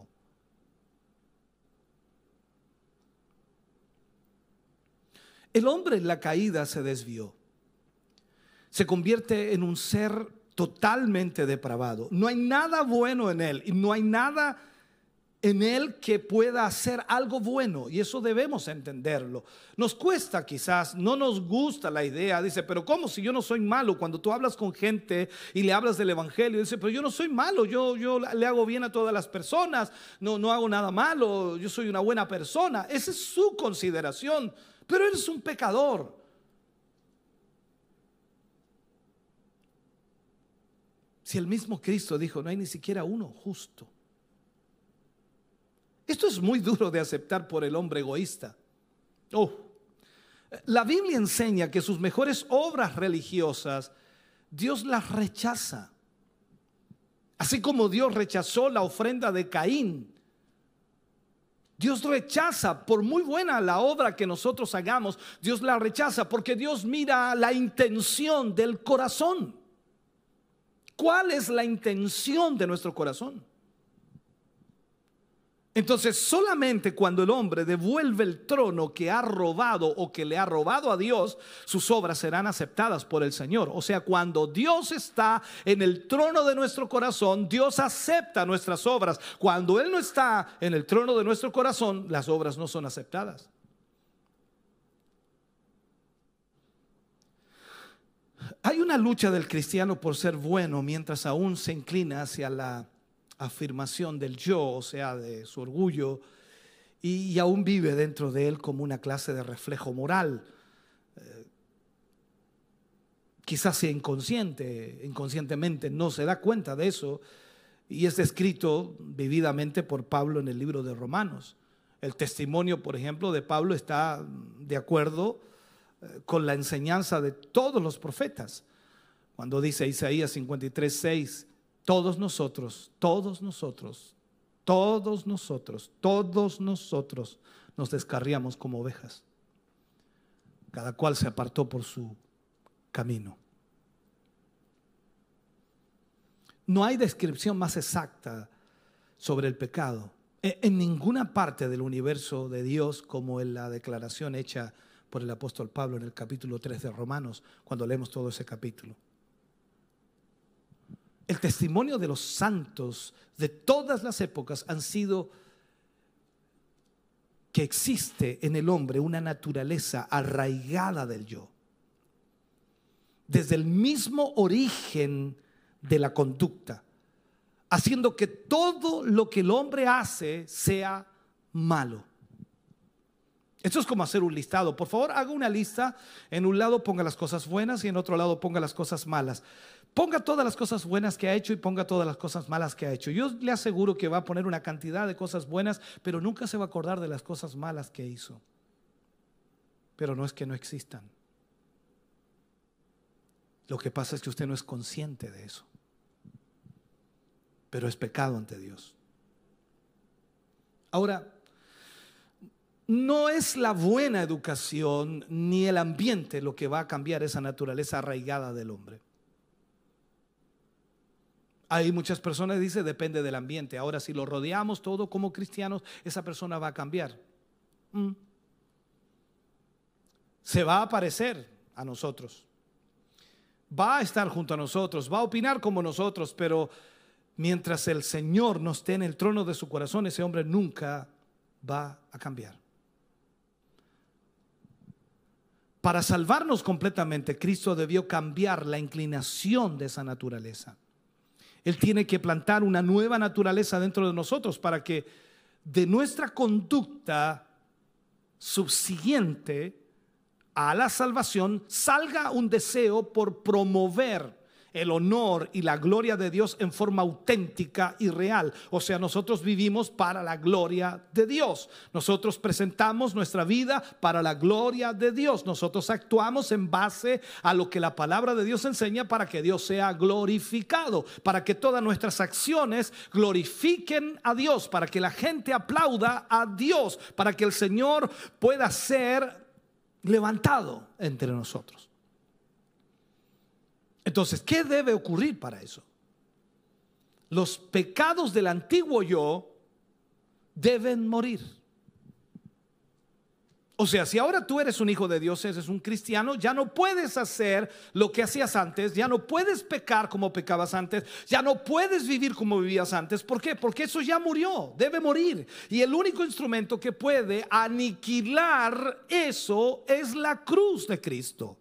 El hombre en la caída se desvió, se convierte en un ser totalmente depravado. No hay nada bueno en él y no hay nada en él que pueda hacer algo bueno, y eso debemos entenderlo. Nos cuesta, quizás no nos gusta la idea, dice, pero ¿cómo si yo no soy malo? Cuando tú hablas con gente y le hablas del evangelio, dice, pero yo no soy malo, yo, yo le hago bien a todas las personas, no, no hago nada malo, yo soy una buena persona. Esa es su consideración, pero eres un pecador. Si el mismo Cristo dijo, no hay ni siquiera uno justo. Esto es muy duro de aceptar por el hombre egoísta. Oh, la Biblia enseña que sus mejores obras religiosas, Dios las rechaza. Así como Dios rechazó la ofrenda de Caín. Dios rechaza, por muy buena la obra que nosotros hagamos, Dios la rechaza porque Dios mira la intención del corazón. ¿Cuál es la intención de nuestro corazón? Entonces, solamente cuando el hombre devuelve el trono que ha robado o que le ha robado a Dios, sus obras serán aceptadas por el Señor. O sea, cuando Dios está en el trono de nuestro corazón, Dios acepta nuestras obras. Cuando Él no está en el trono de nuestro corazón, las obras no son aceptadas. Hay una lucha del cristiano por ser bueno mientras aún se inclina hacia la afirmación del yo, o sea, de su orgullo, y, y aún vive dentro de él como una clase de reflejo moral. Eh, quizás sea inconsciente, inconscientemente no se da cuenta de eso, y es descrito vividamente por Pablo en el libro de Romanos. El testimonio, por ejemplo, de Pablo está de acuerdo eh, con la enseñanza de todos los profetas. Cuando dice Isaías cincuenta y tres, seis, todos nosotros, todos nosotros, todos nosotros, todos nosotros nos descarriamos como ovejas. Cada cual se apartó por su camino. No hay descripción más exacta sobre el pecado en ninguna parte del universo de Dios como en la declaración hecha por el apóstol Pablo en el capítulo tres de Romanos, cuando leemos todo ese capítulo. El testimonio de los santos de todas las épocas han sido que existe en el hombre una naturaleza arraigada del yo. Desde el mismo origen de la conducta, haciendo que todo lo que el hombre hace sea malo. Esto es como hacer un listado. Por favor, haga una lista. En un lado ponga las cosas buenas y en otro lado ponga las cosas malas. Ponga todas las cosas buenas que ha hecho y ponga todas las cosas malas que ha hecho. Yo le aseguro que va a poner una cantidad de cosas buenas, pero nunca se va a acordar de las cosas malas que hizo. Pero no es que no existan. Lo que pasa es que usted no es consciente de eso. Pero es pecado ante Dios. Ahora, no es la buena educación ni el ambiente lo que va a cambiar esa naturaleza arraigada del hombre. Hay muchas personas que dicen depende del ambiente. Ahora, si lo rodeamos todo como cristianos, esa persona va a cambiar. Mm. Se va a parecer a nosotros. Va a estar junto a nosotros, va a opinar como nosotros, pero mientras el Señor no esté en el trono de su corazón, ese hombre nunca va a cambiar. Para salvarnos completamente, Cristo debió cambiar la inclinación de esa naturaleza. Él tiene que plantar una nueva naturaleza dentro de nosotros para que de nuestra conducta subsiguiente a la salvación salga un deseo por promover el honor y la gloria de Dios en forma auténtica y real. O sea, nosotros vivimos para la gloria de Dios. Nosotros presentamos nuestra vida para la gloria de Dios. Nosotros actuamos en base a lo que la palabra de Dios enseña para que Dios sea glorificado, para que todas nuestras acciones glorifiquen a Dios, para que la gente aplauda a Dios, para que el Señor pueda ser levantado entre nosotros. Entonces, ¿qué debe ocurrir para eso? Los pecados del antiguo yo deben morir. O sea, si ahora tú eres un hijo de Dios, eres un cristiano, ya no puedes hacer lo que hacías antes, ya no puedes pecar como pecabas antes, ya no puedes vivir como vivías antes. ¿Por qué? Porque eso ya murió, debe morir. Y el único instrumento que puede aniquilar eso es la cruz de Cristo.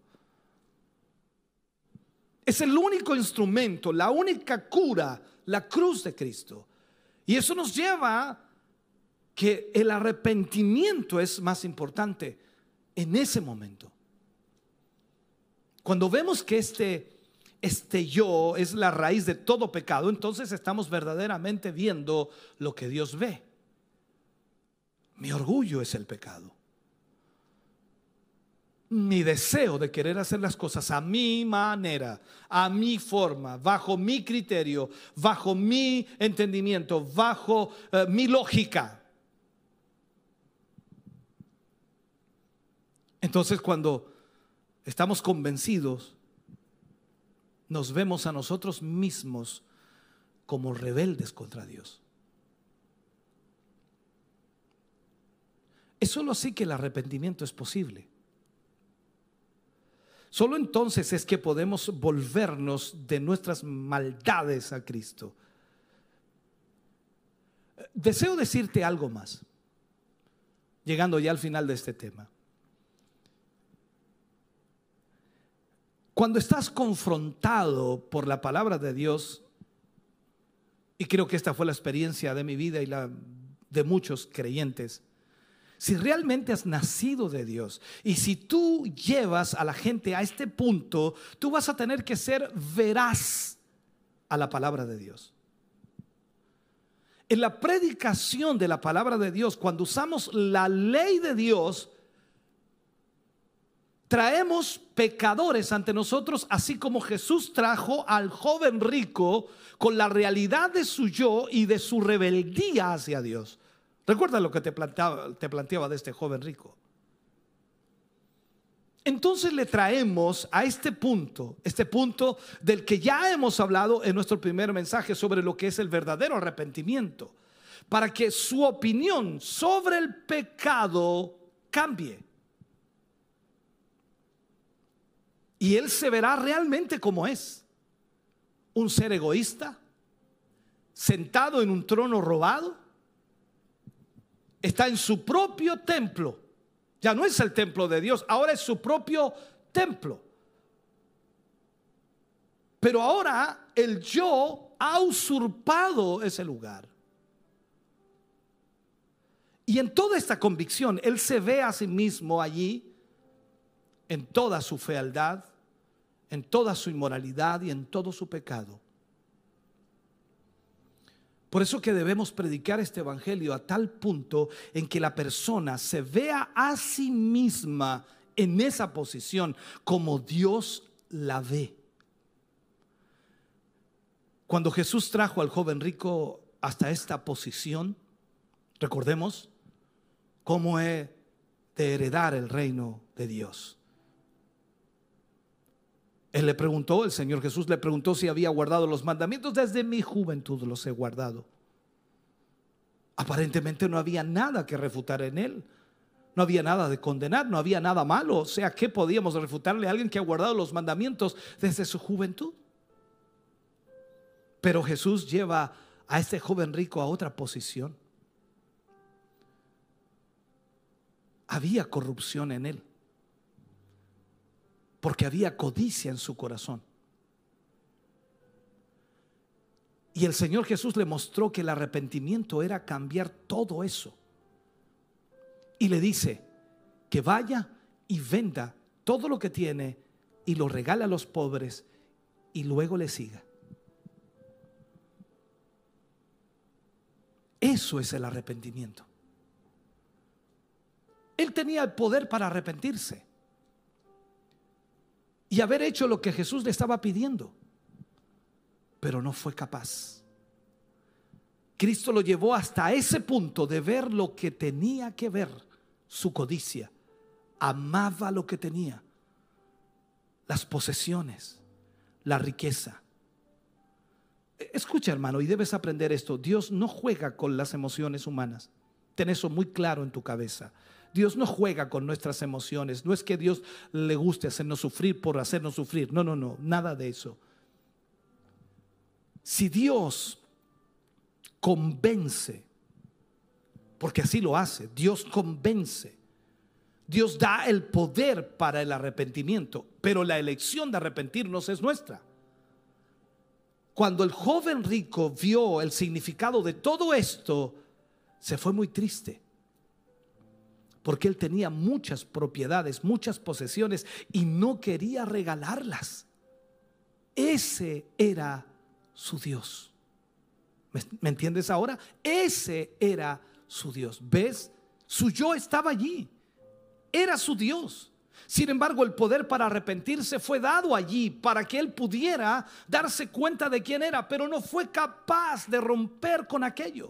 Es el único instrumento, la única cura, la cruz de Cristo. Y eso nos lleva a que el arrepentimiento es más importante en ese momento. Cuando vemos que este, este yo es la raíz de todo pecado, entonces estamos verdaderamente viendo lo que Dios ve. Mi orgullo es el pecado. Mi deseo de querer hacer las cosas a mi manera, a mi forma, bajo mi criterio, bajo mi entendimiento, bajo uh, mi lógica. Entonces, cuando estamos convencidos, nos vemos a nosotros mismos como rebeldes contra Dios. Es solo así que el arrepentimiento es posible. Solo entonces es que podemos volvernos de nuestras maldades a Cristo. Deseo decirte algo más, llegando ya al final de este tema. Cuando estás confrontado por la palabra de Dios, y creo que esta fue la experiencia de mi vida y la de muchos creyentes, si realmente has nacido de Dios y si tú llevas a la gente a este punto, tú vas a tener que ser veraz a la palabra de Dios. En la predicación de la palabra de Dios, cuando usamos la ley de Dios, traemos pecadores ante nosotros, así como Jesús trajo al joven rico con la realidad de su yo y de su rebeldía hacia Dios. Recuerda lo que te planteaba, te planteaba de este joven rico. Entonces le traemos a este punto, este punto del que ya hemos hablado en nuestro primer mensaje sobre lo que es el verdadero arrepentimiento, para que su opinión sobre el pecado cambie. Y él se verá realmente como es: un ser egoísta, sentado en un trono robado. Está en su propio templo. Ya no es el templo de Dios, ahora es su propio templo. Pero ahora el yo ha usurpado ese lugar. Y en toda esta convicción, él se ve a sí mismo allí, en toda su fealdad, en toda su inmoralidad y en todo su pecado. Por eso que debemos predicar este evangelio a tal punto en que la persona se vea a sí misma en esa posición como Dios la ve. Cuando Jesús trajo al joven rico hasta esta posición, recordemos cómo he de heredar el reino de Dios. Él le preguntó, el Señor Jesús le preguntó si había guardado los mandamientos. Desde mi juventud los he guardado. Aparentemente no había nada que refutar en él. No había nada de condenar, no había nada malo. O sea, ¿qué podíamos refutarle a alguien que ha guardado los mandamientos desde su juventud? Pero Jesús lleva a este joven rico a otra posición. Había corrupción en él, porque había codicia en su corazón. Y el Señor Jesús le mostró que el arrepentimiento era cambiar todo eso. Y le dice que vaya y venda todo lo que tiene y lo regale a los pobres y luego le siga. Eso es el arrepentimiento. Él tenía el poder para arrepentirse y haber hecho lo que Jesús le estaba pidiendo, pero no fue capaz. Cristo lo llevó hasta ese punto de ver lo que tenía que ver, su codicia. Amaba lo que tenía, las posesiones, la riqueza. Escucha, hermano, y debes aprender esto: Dios no juega con las emociones humanas. Ten eso muy claro en tu cabeza. Dios no juega con nuestras emociones. No es que Dios le guste hacernos sufrir por hacernos sufrir. No, no, no, nada de eso. Si Dios convence, porque así lo hace, Dios convence, Dios da el poder para el arrepentimiento, pero la elección de arrepentirnos es nuestra. Cuando el joven rico vio el significado de todo esto, se fue muy triste, porque él tenía muchas propiedades, muchas posesiones y no quería regalarlas. ese era su Dios. ¿Me, me entiendes ahora? Ese era su Dios. ¿Ves? Su yo estaba allí. Era su Dios. Sin embargo, el poder para arrepentirse fue dado allí para que él pudiera darse cuenta de quién era, pero no fue capaz de romper con aquello.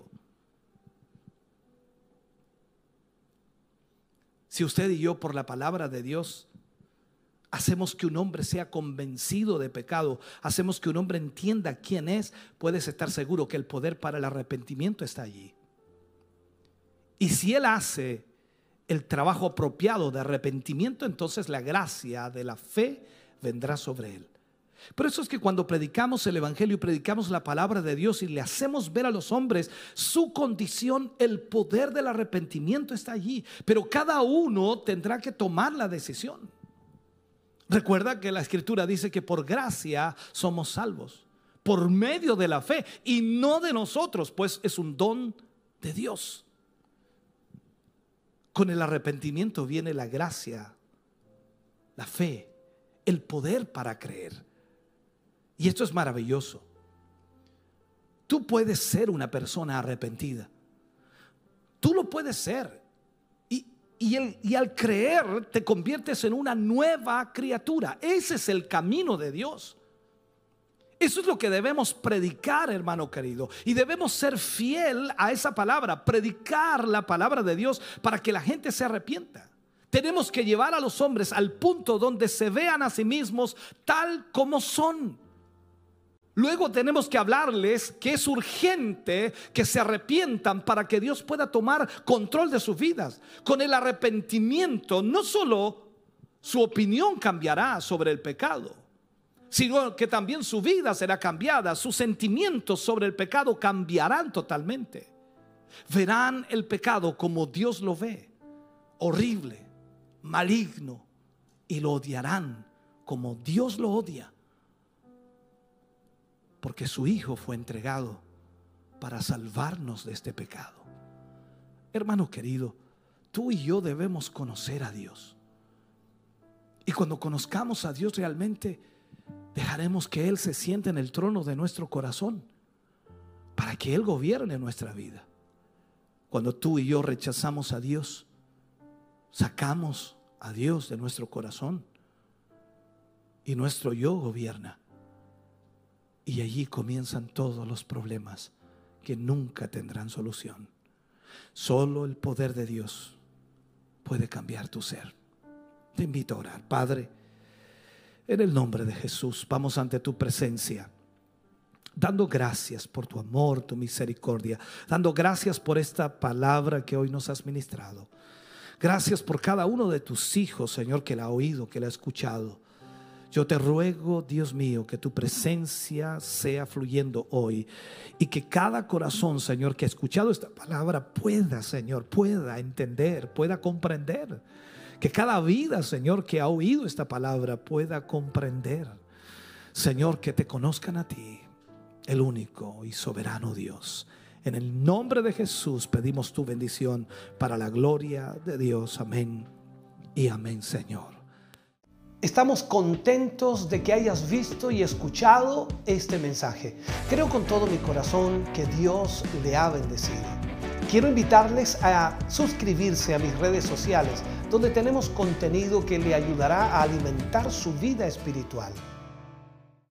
Si usted y yo, por la palabra de Dios, hacemos que un hombre sea convencido de pecado, hacemos que un hombre entienda quién es, puedes estar seguro que el poder para el arrepentimiento está allí. Y si él hace el trabajo apropiado de arrepentimiento, entonces la gracia de la fe vendrá sobre él. Por eso es que cuando predicamos el evangelio y predicamos la palabra de Dios y le hacemos ver a los hombres su condición, el poder del arrepentimiento está allí, pero cada uno tendrá que tomar la decisión. Recuerda que la escritura dice que por gracia somos salvos, por medio de la fe, y no de nosotros, pues es un don de Dios. Con el arrepentimiento viene la gracia, la fe, el poder para creer. Y esto es maravilloso. Tú puedes ser una persona arrepentida. Tú lo puedes ser. Y, y, el, y al creer te conviertes en una nueva criatura. Ese es el camino de Dios. Eso es lo que debemos predicar, hermano querido. Y debemos ser fiel a esa palabra, predicar la palabra de Dios para que la gente se arrepienta. Tenemos que llevar a los hombres al punto donde se vean a sí mismos tal como son. Luego tenemos que hablarles que es urgente que se arrepientan para que Dios pueda tomar control de sus vidas. Con el arrepentimiento no solo su opinión cambiará sobre el pecado, sino que también su vida será cambiada. Sus sentimientos sobre el pecado cambiarán totalmente. Verán el pecado como Dios lo ve, horrible, maligno, y lo odiarán como Dios lo odia, porque su Hijo fue entregado para salvarnos de este pecado. Hermano querido, tú y yo debemos conocer a Dios. Y cuando conozcamos a Dios realmente, dejaremos que Él se siente en el trono de nuestro corazón para que Él gobierne nuestra vida. Cuando tú y yo rechazamos a Dios, sacamos a Dios de nuestro corazón y nuestro yo gobierna. Y allí comienzan todos los problemas que nunca tendrán solución. Solo el poder de Dios puede cambiar tu ser. Te invito a orar. Padre, en el nombre de Jesús, vamos ante tu presencia, dando gracias por tu amor, tu misericordia, dando gracias por esta palabra que hoy nos has ministrado. Gracias por cada uno de tus hijos, Señor, que la ha oído, que la ha escuchado. Yo te ruego, Dios mío, que tu presencia sea fluyendo hoy y que cada corazón, Señor, que ha escuchado esta palabra pueda, Señor, pueda entender, pueda comprender. Que cada vida, Señor, que ha oído esta palabra pueda comprender. Señor, que te conozcan a ti, el único y soberano Dios. En el nombre de Jesús pedimos tu bendición para la gloria de Dios. Amén y amén, Señor. Estamos contentos de que hayas visto y escuchado este mensaje. Creo con todo mi corazón que Dios le ha bendecido. Quiero invitarles a suscribirse a mis redes sociales, donde tenemos contenido que le ayudará a alimentar su vida espiritual.